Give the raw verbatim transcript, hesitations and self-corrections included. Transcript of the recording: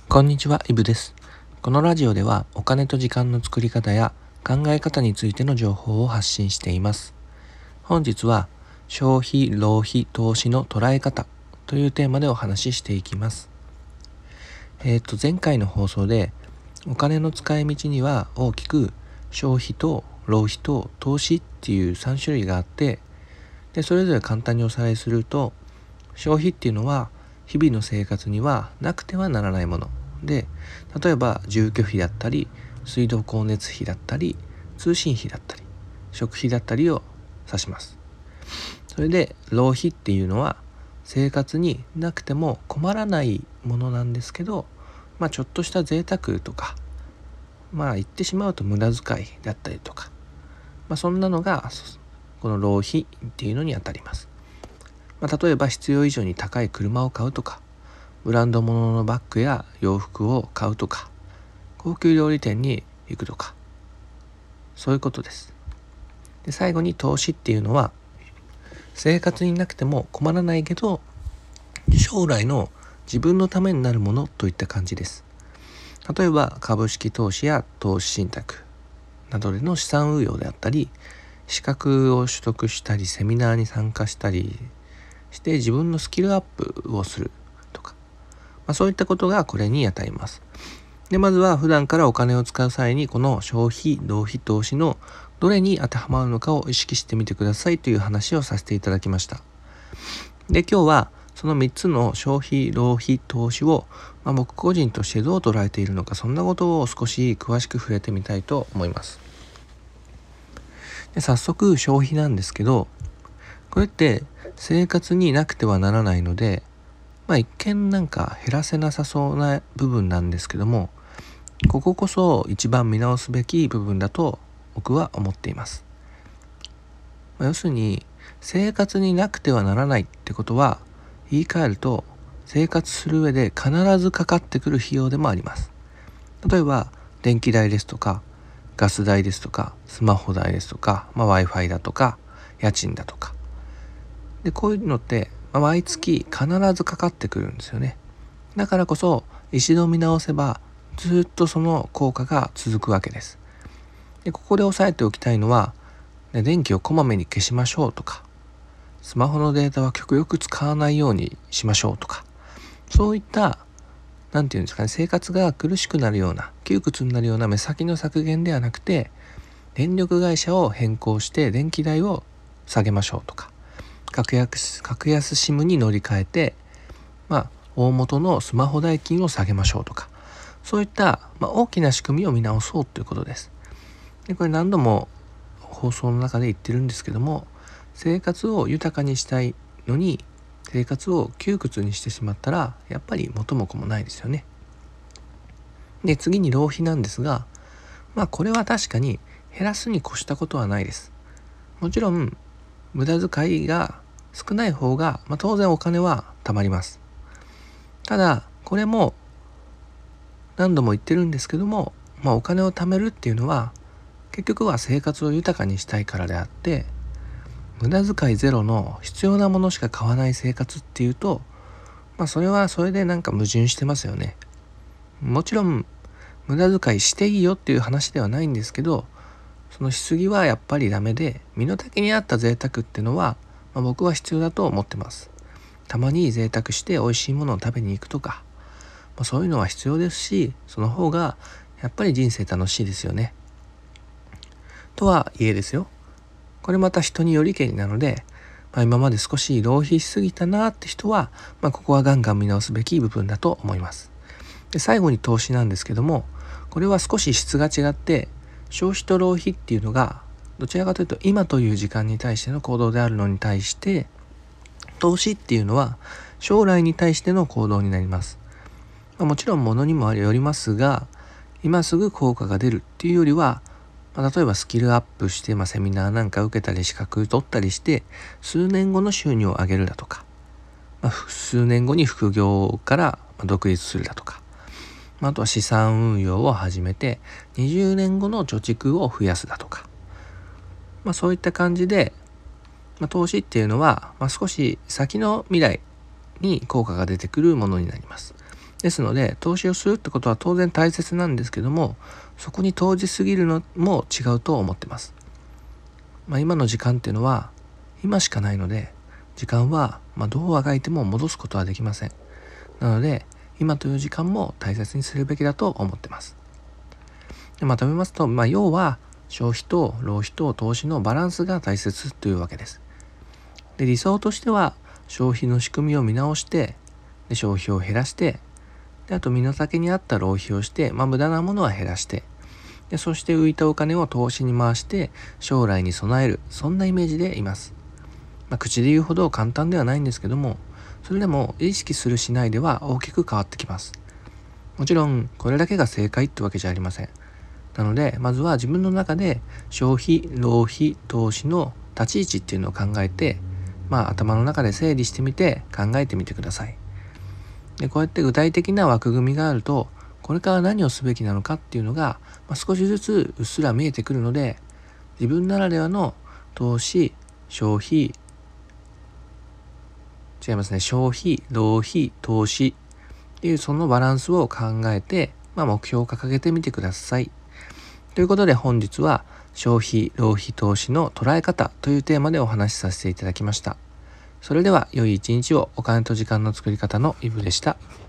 こんにちは、イブです。このラジオではお金と時間の作り方や考え方についての情報を発信しています。本日は消費、浪費、投資の捉え方というテーマでお話ししていきます。えっと前回の放送でお金の使い道には大きく消費と浪費と投資っていうさん種類があって、でそれぞれ簡単におさらいすると、消費っていうのは日々の生活にはなくてはならないもので、例えば住居費だったり水道光熱費だったり通信費だったり食費だったりを指します。それで浪費っていうのは生活になくても困らないものなんですけど、まあちょっとした贅沢とか、まあ言ってしまうと無駄遣いだったりとか、まあそんなのがこの浪費っていうのにあたります。まあ、例えば必要以上に高い車を買うとか、ブランド物のバッグや洋服を買うとか、高級料理店に行くとか、そういうことです。で、最後に投資っていうのは生活になくても困らないけど将来の自分のためになるものといった感じです。例えば株式投資や投資信託などでの資産運用であったり、資格を取得したりセミナーに参加したりして自分のスキルアップをするとか、まあ、そういったことがこれにあたります。で、まずは普段からお金を使う際にこの消費、浪費、投資のどれに当てはまるのかを意識してみてくださいという話をさせていただきました。で、今日はそのみっつの消費、浪費、投資を、まあ、僕個人としてどう捉えているのか、そんなことを少し詳しく触れてみたいと思います。で、早速消費なんですけど、これって生活になくてはならないので、まあ一見なんか減らせなさそうな部分なんですけども、こここそ一番見直すべき部分だと僕は思っています。まあ、要するに生活になくてはならないってことは、言い換えると生活する上で必ずかかってくる費用でもあります。例えば電気代ですとかガス代ですとかスマホ代ですとか、まあ、Wi-Fi だとか家賃だとかで、こういうのって、まあ、毎月必ずかかってくるんですよね。だからこそ一度見直せばずっとその効果が続くわけです。で、ここで押さえておきたいのは、ね、電気をこまめに消しましょうとか、スマホのデータは極力使わないようにしましょうとか、そういったなんていうんですかね、生活が苦しくなるような、窮屈になるような目先の削減ではなくて、電力会社を変更して電気代を下げましょうとか、格安、格安 シム に乗り換えて、まあ、大元のスマホ代金を下げましょうとか、そういった、まあ、大きな仕組みを見直そうということです。で、これ何度も放送の中で言ってるんですけども、生活を豊かにしたいのに生活を窮屈にしてしまったらやっぱり元も子もないですよね。で、次に浪費なんですが、まあこれは確かに減らすに越したことはないです。もちろん無駄遣いが少ない方が、まあ、当然お金は貯まります。ただこれも何度も言ってるんですけども、まあ、お金を貯めるっていうのは結局は生活を豊かにしたいからであって、無駄遣いゼロの必要なものしか買わない生活っていうと、まあそれはそれでなんか矛盾してますよね。もちろん無駄遣いしていいよっていう話ではないんですけど、そのしすぎはやっぱりダメで、身の丈に合った贅沢っていうのは、まあ、僕は必要だと思ってます。たまに贅沢して美味しいものを食べに行くとか、まあ、そういうのは必要ですし、その方がやっぱり人生楽しいですよね。とはいえですよ、これまた人によりけりなので、まあ、今まで少し浪費しすぎたなって人は、まあ、ここはガンガン見直すべき部分だと思います。で、最後に投資なんですけども、これは少し質が違って、消費と浪費っていうのがどちらかというと今という時間に対しての行動であるのに対して、投資っていうのは将来に対しての行動になります。まあ、もちろん物にもよりますが、今すぐ効果が出るっていうよりは、まあ、例えばスキルアップして、まあ、セミナーなんか受けたり資格取ったりして数年後の収入を上げるだとか、まあ、数年後に副業から独立するだとか、まあ、あとは資産運用を始めてにじゅうねんごの貯蓄を増やすだとか、まあ、そういった感じで、まあ、投資っていうのは、まあ、少し先の未来に効果が出てくるものになります。 ですので、投資をするってことは当然大切なんですけども、そこに投じすぎるのも違うと思ってます。まあ、今の時間っていうのは今しかないので、時間はまあどうあがいても戻すことはできません。なので今という時間も大切にするべきだと思ってます。でまとめますと、まあ、要は消費と浪費と投資のバランスが大切というわけです。で理想としては消費の仕組みを見直して、で消費を減らして、であと身の丈に合った浪費をして、まあ、無駄なものは減らして、でそして浮いたお金を投資に回して将来に備える、そんなイメージでいます。まあ、口で言うほど簡単ではないんですけども、それでも意識するしないでは大きく変わってきます。もちろんこれだけが正解ってわけじゃありません。なのでまずは自分の中で消費、浪費、投資の立ち位置っていうのを考えて、まあ頭の中で整理してみて考えてみてください。でこうやって具体的な枠組みがあると、これから何をすべきなのかっていうのが、まあ、少しずつうっすら見えてくるので、自分ならではの投資、消費、違いますね、消費、浪費、投資っていうそのバランスを考えて、まあ、目標を掲げてみてください。ということで本日は消費、浪費、投資の捉え方というテーマでお話しさせていただきました。それでは良い一日を。お金と時間の作り方のイブでした。